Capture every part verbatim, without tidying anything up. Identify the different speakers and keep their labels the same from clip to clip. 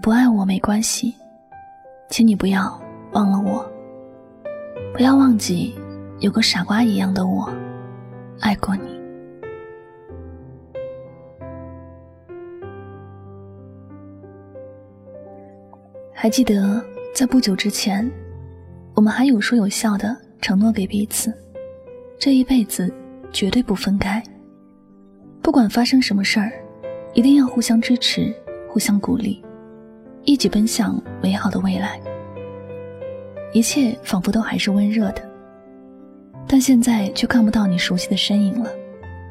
Speaker 1: 不爱我没关系，请你不要忘了我，不要忘记有个傻瓜一样的我爱过你。还记得在不久之前，我们还有说有笑的承诺给彼此，这一辈子绝对不分开，不管发生什么事儿，一定要互相支持，互相鼓励，一起奔向美好的未来。一切仿佛都还是温热的，但现在却看不到你熟悉的身影了。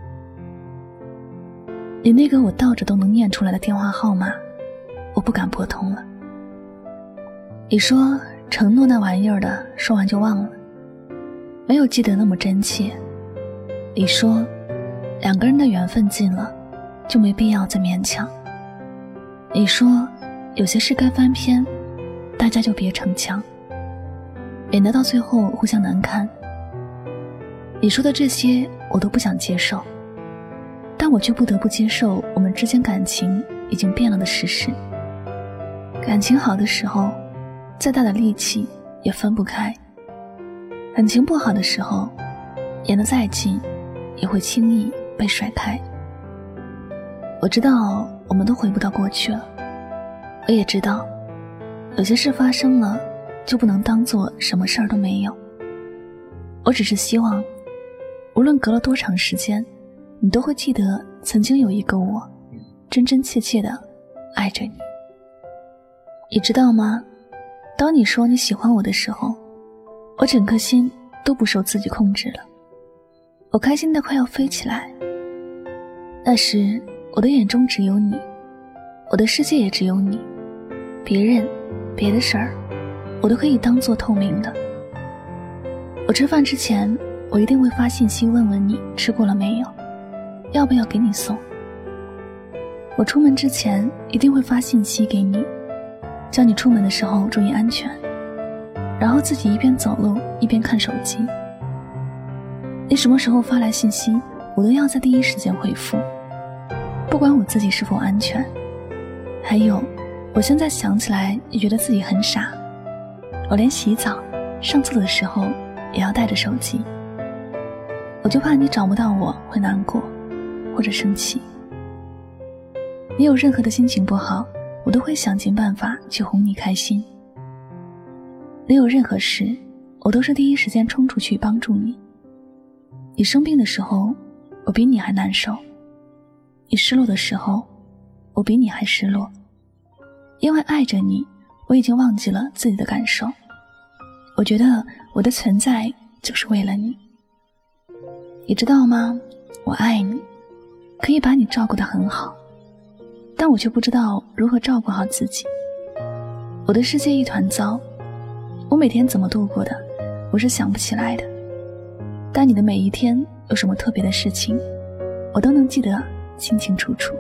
Speaker 1: 你那个我倒着都能念出来的电话号码，我不敢拨通了。你说承诺那玩意儿的说完就忘了，没有记得那么真切。你说两个人的缘分尽了，就没必要再勉强。你说有些事该翻篇，大家就别逞强，免得到最后互相难堪。你说的这些我都不想接受，但我却不得不接受我们之间感情已经变了的事实。感情好的时候，再大的力气也分不开，感情不好的时候，演得再近也会轻易被甩开。我知道我们都回不到过去了，我也知道有些事发生了就不能当做什么事儿都没有。我只是希望无论隔了多长时间，你都会记得曾经有一个我真真切切地爱着你。你知道吗，当你说你喜欢我的时候，我整颗心都不受自己控制了，我开心得快要飞起来。那时我的眼中只有你，我的世界也只有你，别人别的事儿我都可以当作透明的。我吃饭之前，我一定会发信息问问你吃过了没有，要不要给你送。我出门之前一定会发信息给你，叫你出门的时候注意安全，然后自己一边走路一边看手机。你什么时候发来信息，我都要在第一时间回复，不管我自己是否安全。还有，我现在想起来也觉得自己很傻，我连洗澡上厕所的时候也要带着手机，我就怕你找不到我会难过或者生气。你有任何的心情不好，我都会想尽办法去哄你开心。你有任何事，我都是第一时间冲出去帮助你。你生病的时候，我比你还难受；你失落的时候，我比你还失落。因为爱着你，我已经忘记了自己的感受。我觉得我的存在就是为了你。你知道吗？我爱你，可以把你照顾得很好，但我却不知道如何照顾好自己。我的世界一团糟，我每天怎么度过的，我是想不起来的。但你的每一天有什么特别的事情，我都能记得清清楚楚。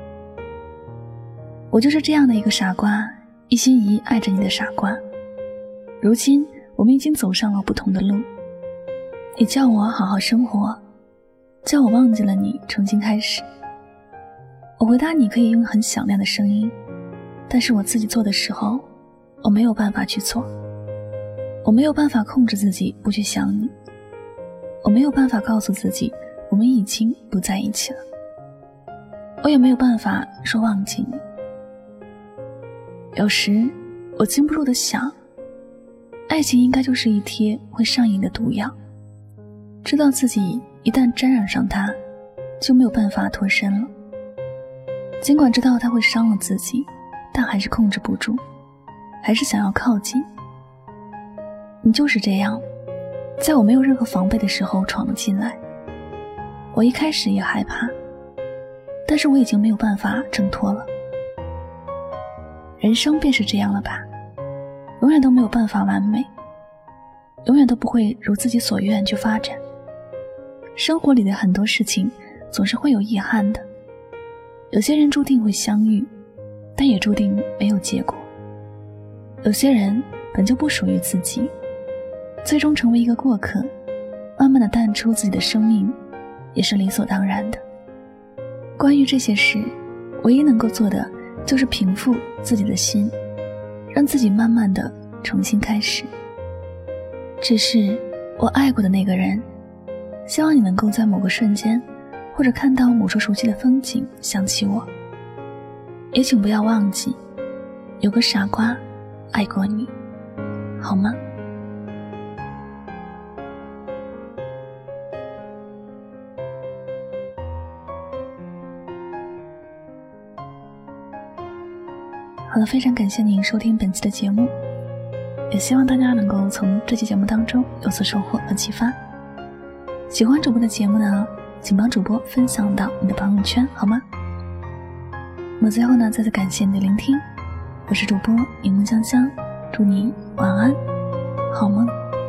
Speaker 1: 我就是这样的一个傻瓜，一心一意爱着你的傻瓜。如今我们已经走上了不同的路，你叫我好好生活，叫我忘记了你重新开始。我回答你可以用很响亮的声音，但是我自己做的时候，我没有办法去做。我没有办法控制自己不去想你，我没有办法告诉自己我们已经不在一起了，我也没有办法说忘记你。有时我禁不住地想，爱情应该就是一贴会上瘾的毒药，知道自己一旦沾染上它，就没有办法脱身了。尽管知道它会伤了自己，但还是控制不住，还是想要靠近。你就是这样，在我没有任何防备的时候闯了进来。我一开始也害怕，但是我已经没有办法挣脱了。人生便是这样了吧，永远都没有办法完美，永远都不会如自己所愿去发展。生活里的很多事情总是会有遗憾的，有些人注定会相遇，但也注定没有结果。有些人本就不属于自己，最终成为一个过客，慢慢的淡出自己的生命，也是理所当然的。关于这些事，唯一能够做的就是平复自己的心，让自己慢慢的重新开始。只是我爱过的那个人，希望你能够在某个瞬间，或者看到某处熟悉的风景想起我。也请不要忘记，有个傻瓜爱过你，好吗？好了，非常感谢您收听本期的节目，也希望大家能够从这期节目当中有所收获和启发。喜欢主播的节目呢，请帮主播分享到你的朋友圈，好吗？那么最后呢，再次感谢你的聆听，我是主播柠檬香香，祝你晚安，好梦。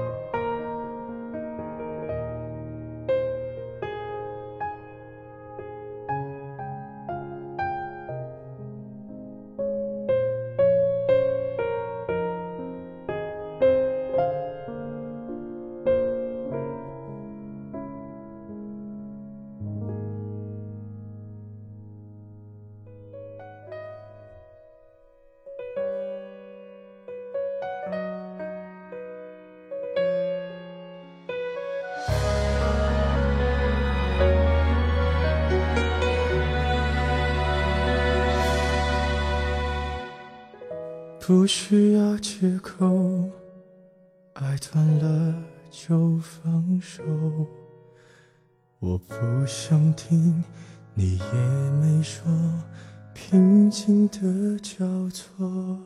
Speaker 2: 不需要借口，爱断了就放手。我不想听，你也没说，平静的交错。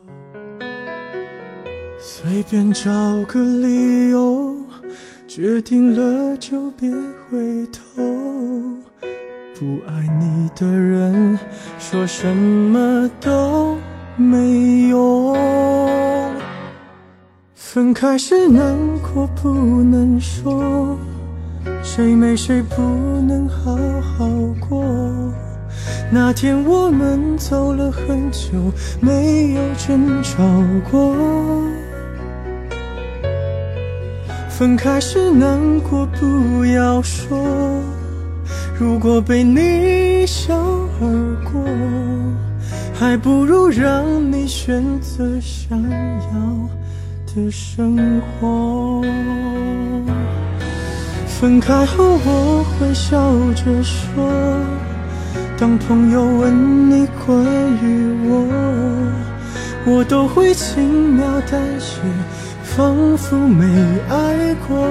Speaker 2: 随便找个理由，决定了就别回头。不爱你的人，说什么都没用。分开时难过不能说，谁没谁不能好好过。那天我们走了很久，没有争吵过。分开时难过不要说，如果被你笑而过，还不如让你选择想要的生活。分开后我会笑着说，当朋友问你关于我，我都会轻描淡写，仿佛没爱过。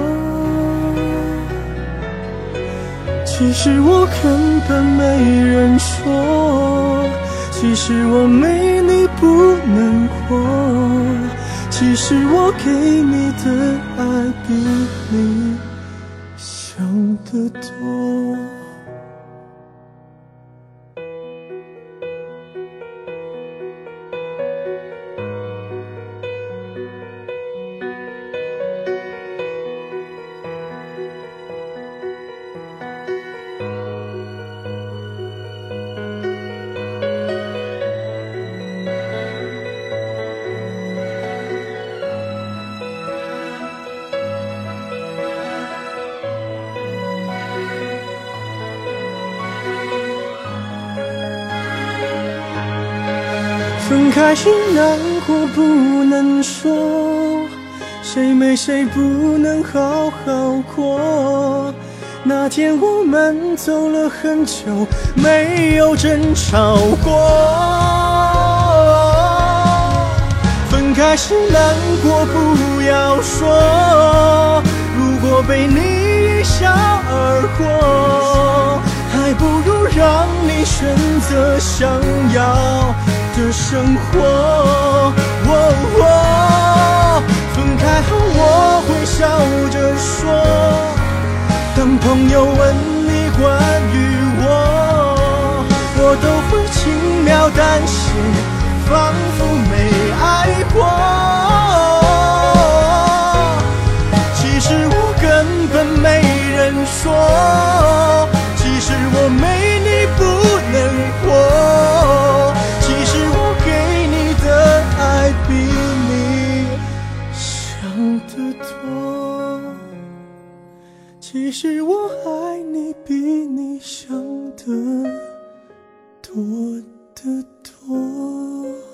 Speaker 2: 其实我根本没人说，其实我没你不能活，其实我给你的爱比你想得多。分开时难过不能说，谁没谁不能好好过。那天我们走了很久，没有争吵过。分开时难过不要说，如果被你笑而过，还不如让你选择想要的生活。哦哦，分开后我会笑着说，当朋友问你关于我，我都会轻描淡写，仿佛没爱过。其实我根本没人说，其实我没你不能活，其实我给你的爱比你想得多，其实我爱你比你想的多。 的多。